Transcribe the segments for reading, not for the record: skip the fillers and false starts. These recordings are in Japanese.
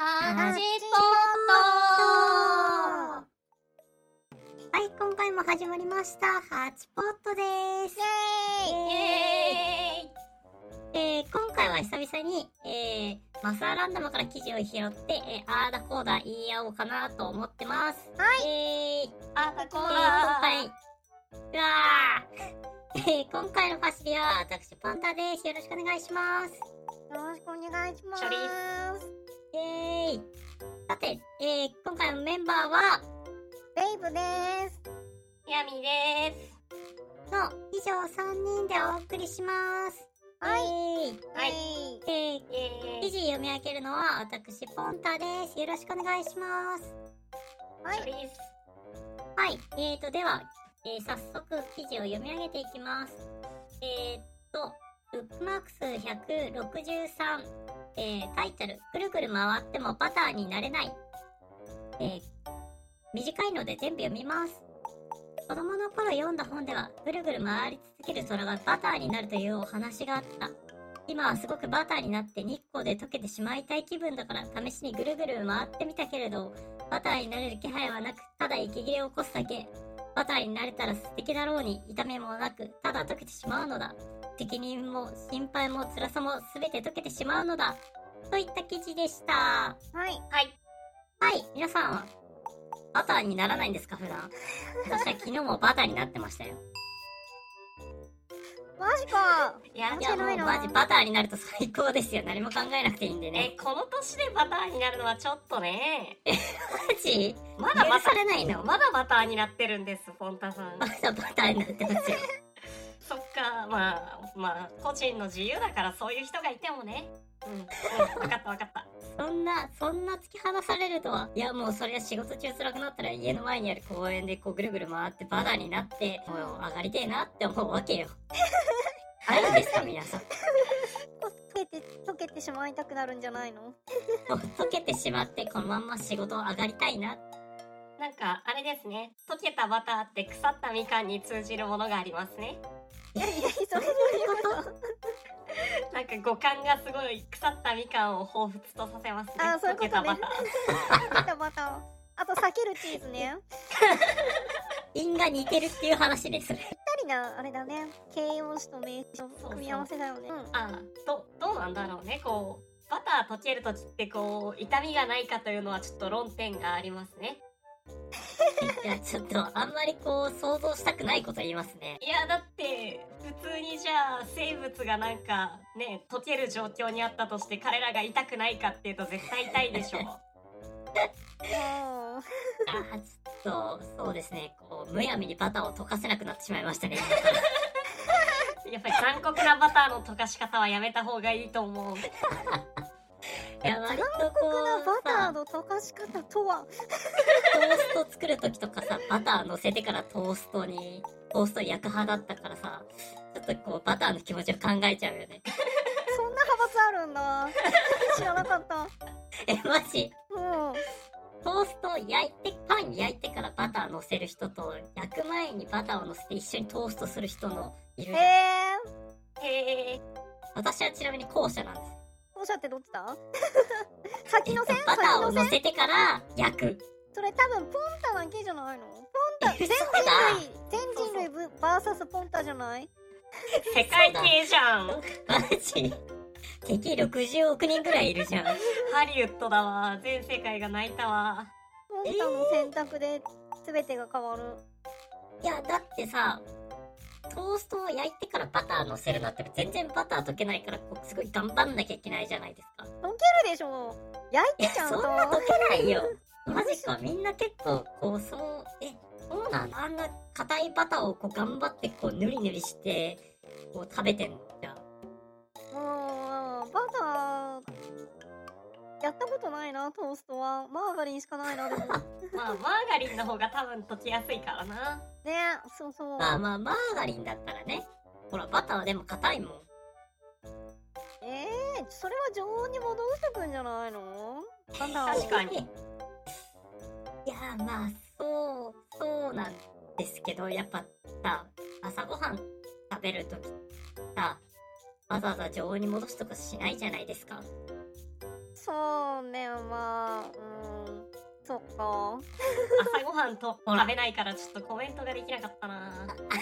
ハチポット。 はい、今回も始まりました。ハチポットです。 イエーイ。 今回は久々に、マスターランダムから記事を拾って、あーだこーだ言い合おうかなと思ってます。 はい。あーだこーだ今回のファシリは私パンタです。よろしくお願いします。 よろしくお願いします。 さて、今回のメンバーはベイブです。ヤミです。 の以上3人でお送りします。 はい。 記事読み上げるのは私ポンタです。よろしくお願いします。 はい。 はい。では、早速記事を読み上げていきます。ブックマーク数163、タイトル、ぐるぐる回ってもバターになれない。短いので全部読みます。子供の頃読んだ本では、ぐるぐる回り続ける空がバターになるというお話があった。今はすごくバターになって日光で溶けてしまいたい気分だから試しにぐるぐる回ってみたけれど、バターになれる気配はなく、ただ息切れを起こすだけ。バターになれたら素敵だろうに、痛みもなく、ただ溶けてしまうのだ。責任も心配も辛さもすべて溶けてしまうのだ。といった記事でした。 はい。 皆さんはバターにならないんですか、普段。私は昨日もバターになってましたよ。 マジか。 いやもうマジバターになると最高ですよ。何も考えなくていいんでね。 この年でバターになるのはちょっとね。 マジ？ まだ許されないの？ まだバターになってるんです、フォンタさん。 まだバターになってますよ。 そっか、まあ個人の自由だからそういう人がいてもね。分かった。 そんな突き放されるとは。いやもうそれは仕事中辛くなったら家の前にある公園でこうぐるぐる回ってバターになってもう上がりてえなって思うわけよ。ないんですか皆さん。 溶けてしまいたくなるんじゃないの？ 溶けてしまってこのまんま仕事上がりたいな。 なんかあれですね、溶けたバターって腐ったみかんに通じるものがありますね。 それどういうこと？ なんか五感がすごい腐ったみかんを彷彿とさせますね。 あ、そういうことね。 溶けたバター。 溶けたバター。あと避けるチーズね。 因が似てるっていう話ね、それ。 ぴったりなあれだね。形容詞と名詞の組み合わせだよね。 どうなんだろうね。こうバター溶けるときってこう痛みがないかというのはちょっと論点がありますね。 いやちょっとあんまりこう想像したくないこと言いますね。 いやだって普通にじゃあ生物がなんかね溶ける状況にあったとして彼らが痛くないかっていうと絶対痛いでしょ。 ちょっとそうですね、こうむやみにバターを溶かせなくなってしまいましたね。 やっぱり残酷なバターの溶かし方はやめた方がいいと思う。 いや割と残酷なバターの溶かし方とは。 トースト作るときとかさ、バター乗せてからトースト焼く派だったからさ、ちょっとこうバターの気持ちを考えちゃうよね。 そんな派閥あるんだ。知らなかった。 マジ？ うん。 トーストをパン焼いてからバター乗せる人と、焼く前にバターを乗せて一緒にトーストする人のいるじゃん。私はちなみに後者なんです。 後者ってどっちだ？先のせん？ バターを乗せてから焼く。 それ多分ポンタだけじゃないの？ポンタ全人類バーサスポンタじゃない？ 世界系じゃん。 マジ？敵60億人ぐらいいるじゃん。 ハリウッドだわ。全世界が泣いたわ。 ポンタの選択で全てが変わる。 いやだってさ、トーストを焼いてからバター乗せるなって全然バター溶けないからすごい頑張んなきゃいけないじゃないですか。 溶けるでしょ。焼いてちゃんと。 そんな溶けないよ。マジか。みんな結構こうそうなんだ。あんな硬いバターをこう頑張ってこうぬりぬりしてこう食べてんじゃん。 バターやったことないな。トーストはマーガリンしかないな。でもまあマーガリンの方が多分溶けやすいからな。 ね、そうそう。 まあマーガリンだったらね。ほらバターはでも硬いもん。 それは常温に戻してくんじゃないの？ 確かに。 いやまあそうなんですけど、やっぱさ、朝ごはん食べるときさ、わざわざ常温に戻すとかしないじゃないですか。 そうね、まあ、そっか。 朝ごはんとほら食べないからちょっとコメントができなかったな。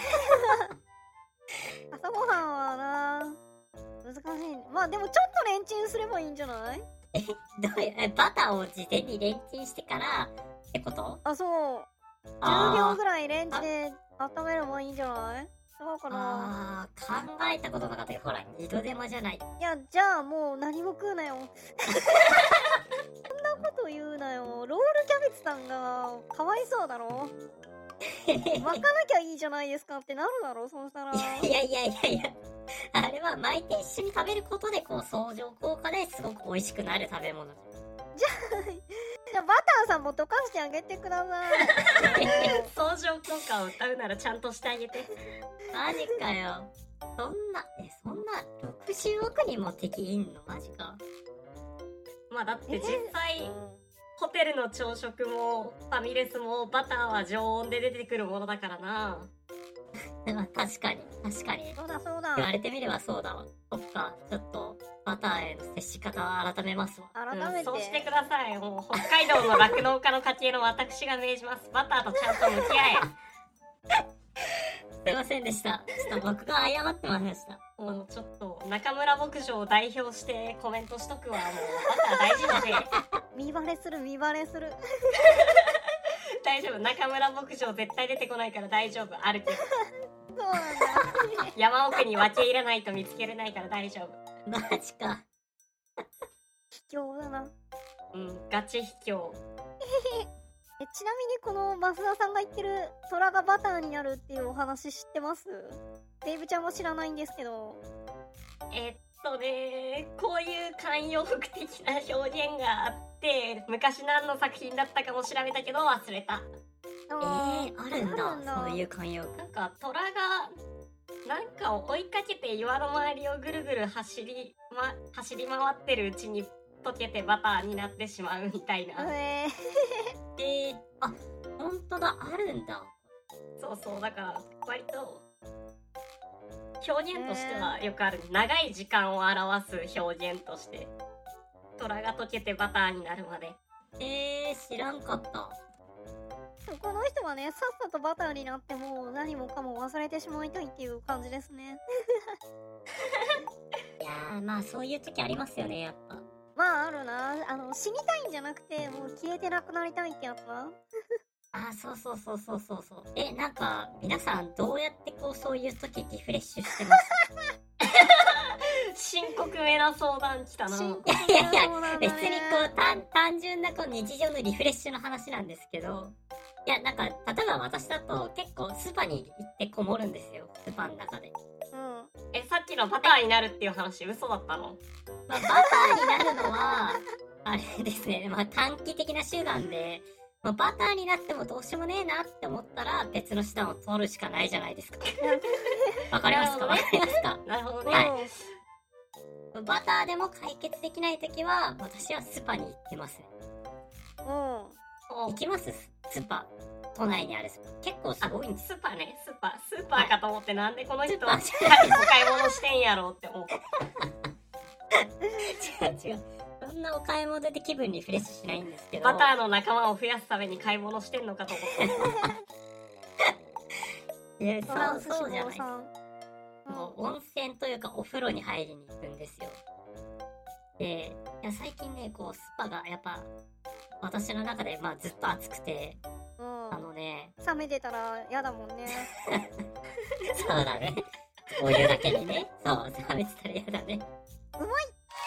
朝ごはんはな、難しい。まあでもちょっとレンチンすればいいんじゃない？ どういうバターを事前にレンチンしてからってこと？ あ、そう。10秒ぐらいレンジで温めればいいんじゃない？そうかな。 考えたことなかったけど、ほら、二度手間じゃない。 いや、じゃあもう何も食うなよ。そんなこと言うなよ。ロールキャベツさんがかわいそうだろ。巻かなきゃいいじゃないですかってなるだろ、そうしたら。 いや、あれは巻いて一緒に食べることで、こう、相乗効果ですごく美味しくなる食べ物。 じゃあバターさんも溶かしてあげてください。 相乗効果を歌うならちゃんとしてあげて。 マジかよ。そんな60億人も敵いんの？マジか。 まあだって実際、ホテルの朝食もファミレスもバターは常温で出てくるものだからな。 まあ確かに。 そうだそうだ。 言われてみればそうだわ。そっか、ちょっと、バターへの接し方は改めますわ。 改めて。 そうしてください。もう北海道の酪農家の家系の私が命じます。バターとちゃんと向き合すいませんでした。ちょっと僕が謝ってました。 え。もうちょっと中村牧場を代表してコメントしとくわ。もうバター大事だぜ。 見バレする。 大丈夫。中村牧場絶対出てこないから大丈夫。あるけど。 そうなんだ。 山奥に分け入れないと見つけれないから大丈夫。 マジか。 卑怯だな。 ガチ卑怯。 ちなみにこの増田さんが言ってる虎がバターになるっていうお話知ってます？デイブちゃんも知らないんですけど。 こういう慣用句的な表現があって、昔何の作品だったかも調べたけど忘れた。 あるんだ。そういう慣用句。 なんか虎がなんかを追いかけて岩の周りをぐるぐる走り回ってるうちに溶けてバターになってしまうみたいな。 あ、ほんとだ、あるんだ。 そうだから割と表現としてはよくある、長い時間を表す表現として虎が溶けてバターになるまで。 知らんかった。 この人はね、さっさとバターになってもう何もかも忘れてしまいたいっていう感じですね。 いやー、まあそういう時ありますよね、やっぱ。 まああるな。死にたいんじゃなくてもう消えてなくなりたいってやつな。 そう。なんか皆さんどうやってこうそういう時リフレッシュしてます？ 深刻めな相談来たな。 いや別にこう単純なこう日常のリフレッシュの話なんですけど、いやなんか例えば私だと結構スパに行ってこもるんですよ、スパの中で。 さっきのバターになるっていう話嘘だったの？ バターになるのはあれですね、短期的な手段で、バターになってもどうしようもねえなって思ったら別の手段を取るしかないじゃないですか。わかりますか？ なるほどね。 はい。バターでも解決できないときは私はスパに行ってますね。行きます？スパ。都内にあるスパ。結構すごいんです。 スパね、スーパーかと思って、なんでこの人スパお買い物してんやろうって思う。 違う。そんなお買い物で気分リフレッシュしないんですけど。 バターの仲間を増やすために買い物してんのかと思って。 いや、そうじゃないです。もう温泉というかお風呂に入りに行くんですよ。で、いや最近ね、こうスパがやっぱ私の中でずっと暑くて、 冷めてたら嫌だもんね。 そうだね。お湯だけにね。そう、冷めてたら嫌だね。 うまい。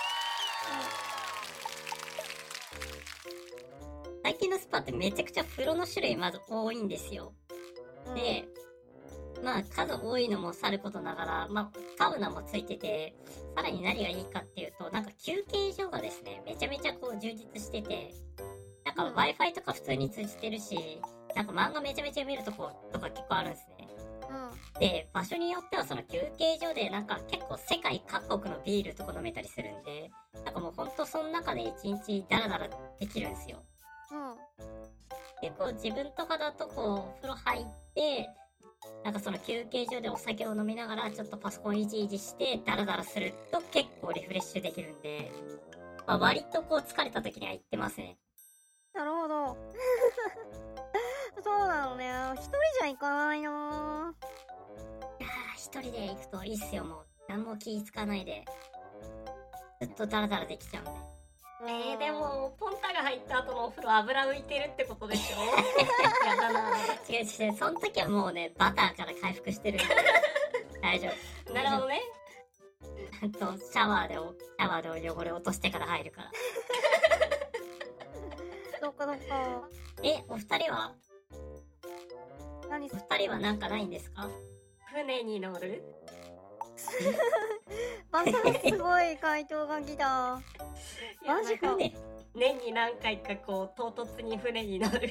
最近のスパってめちゃくちゃ風呂の種類まず多いんですよ。で、数多いのもさることながら、サウナもついてて、さらに何がいいかっていうと、休憩所がですね、めちゃめちゃこう充実してて、Wi-Fi とか普通に通じてるし、漫画めちゃめちゃ読めるとことか結構あるんですね。で、場所によってはその休憩所で結構世界各国のビールとか飲めたりするんで、もうほんとその中で一日ダラダラできるんですよ。で、自分とかだとお風呂入って、その休憩所でお酒を飲みながらちょっとパソコンいじいじしてダラダラすると結構リフレッシュできるんで、 まあ、割とこう疲れた時には行ってますね。 なるほど。そうなのね。一人じゃ行かないな。 いやー、一人で行くといいっすよ、もう。何も気ぃつかないで。ずっとダラダラできちゃうんで。 でもポンタが入った後のお風呂油浮いてるってことでしょ。やだな。 違う違う、その時はもうね、バターから回復してるんで。大丈夫。 なるほどね。 ちゃんとシャワーで汚れ落としてから入るから。 どっかどっか。 お二人は何すなんかないんですか？ 船に乗る？ またすごい回答が来た。 マジかね。 年に何回かこう唐突に船に乗る。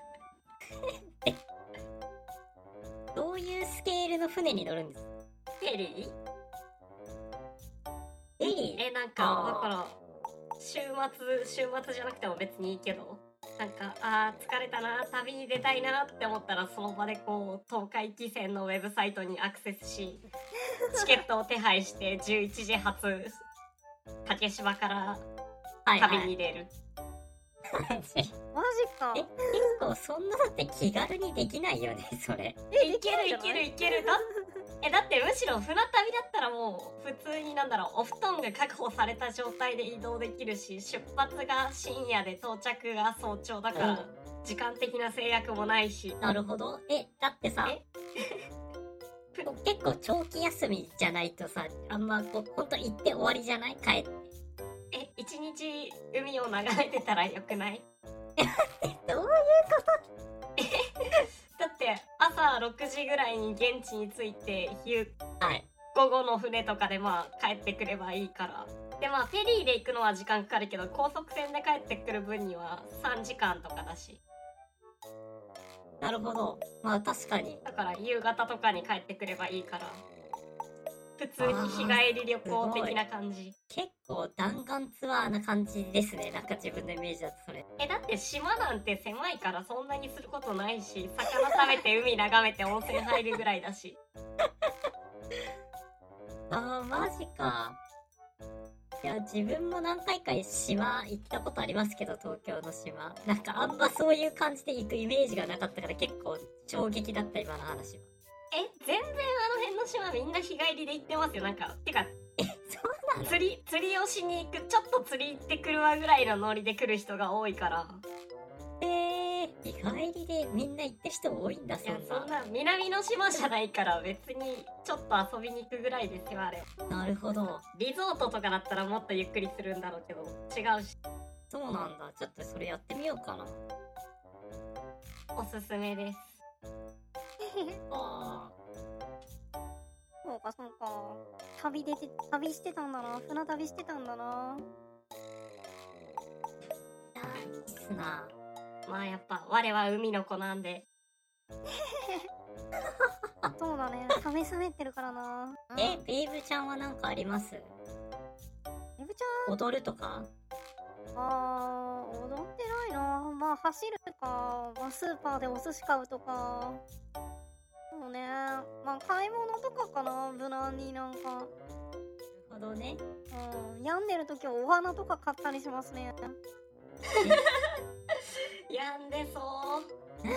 どういうスケールの船に乗るんですか？ フェリフェリー？ なんかだから週末じゃなくても別にいいけど、なんか疲れたな、旅に出たいなって思ったらその場でこう東海汽船のウェブサイトにアクセスし、チケットを手配して11時発竹芝から旅に出る。 マジか。 結構そんなだって気軽にできないよね、それ。 いけるだってむしろ船旅だったらもう普通にお布団が確保された状態で移動できるし、出発が深夜で到着が早朝だから時間的な制約もないし。 なるほど。だってさ、結構長期休みじゃないとさ、あんまこうほんと行って終わりじゃない？帰って。 一日海を眺めてたらよくない？ どういうこと？ だって朝6時ぐらいに現地に着いてはい、 午後の船とかで帰ってくればいいから。でフェリーで行くのは時間かかるけど高速船で帰ってくる分には3時間とかだし。 なるほど。まあ確かに。 だから夕方とかに帰ってくればいいから普通に日帰り旅行的な感じ。 結構弾丸ツアーな感じですね。なんか自分のイメージだとそれ。 だって島なんて狭いからそんなにすることないし、魚食べて海眺めて温泉入るぐらいだし。 マジか。いや、自分も何回か島行ったことありますけど、東京の島。なんかあんまそういう感じで行くイメージがなかったから結構衝撃だった、今の話は。 全然あの辺の島みんな日帰りで行ってますよ。てかそうなの？ 釣りをしに行く、ちょっと釣り行ってくるわぐらいのノリで来る人が多いから。 日帰りでみんな行って人多いんだ。 そんな南の島じゃないから別にちょっと遊びに行くぐらいですよ、あれ。 なるほど。 リゾートとかだったらもっとゆっくりするんだろうけど違うし。 そうなんだ。ちょっとそれやってみようかな。 おすすめです。 そうかそうか。旅してたんだな。船旅してたんだな。 いや、いいっすな。 やっぱ我は海の子なんで。 そうだね。試されてるからな。 ベイブちゃんはなんかあります？ ベイブちゃん？ 踊るとか？ 踊ってないな。走るか、スーパーでお寿司買うとか。そうね。買い物とかかな、無難になんか。 なるほどね。 病んでる時はお花とか買ったりしますね。 病んでそう。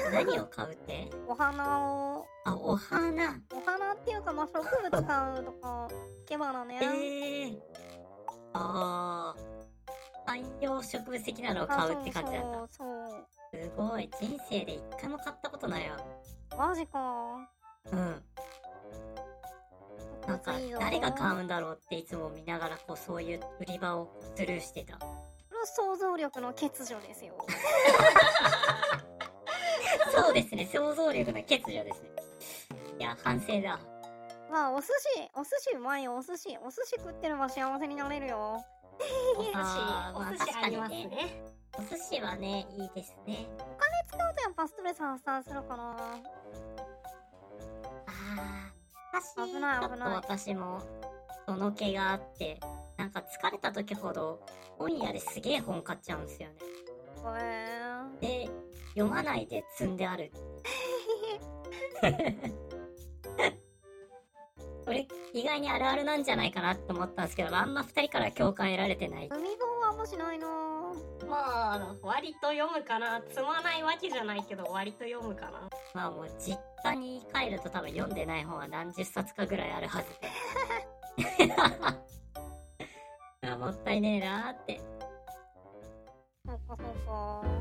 何を買うって？ お花を。 お花。 お花っていうか、植物買うとか、生け花ね。 観葉植物的なのを買うって感じなんだ。 そう。 すごい。人生で一回も買ったことないわ。 マジか。 なんか誰が買うんだろうっていつも見ながらそういう売り場をスルーしてた。 これは想像力の欠如ですよ。 そうですね、想像力の欠如ですね。いや、反省だ。 お寿司うまいよ。お寿司食ってれば幸せになれるよ。 お寿司ありますね。 お寿司はね、いいですね。 お金使うとやっぱストレス発散するかな。 危ない。ちょっと私もその気があって、なんか疲れた時ほど本屋ですげえ本買っちゃうんですよね。で、読まないで積んである。これ意外にあるあるなんじゃないかなって思ったんですけど、あんま2人から共感得られてない。 海本はむしないな。 まあ割と読むかな。積まないわけじゃないけど割と読むかな。 まあもう実家に帰ると多分読んでない本は何十冊かぐらいあるはずで。あ、もったいねえなーって。 そっかそっか。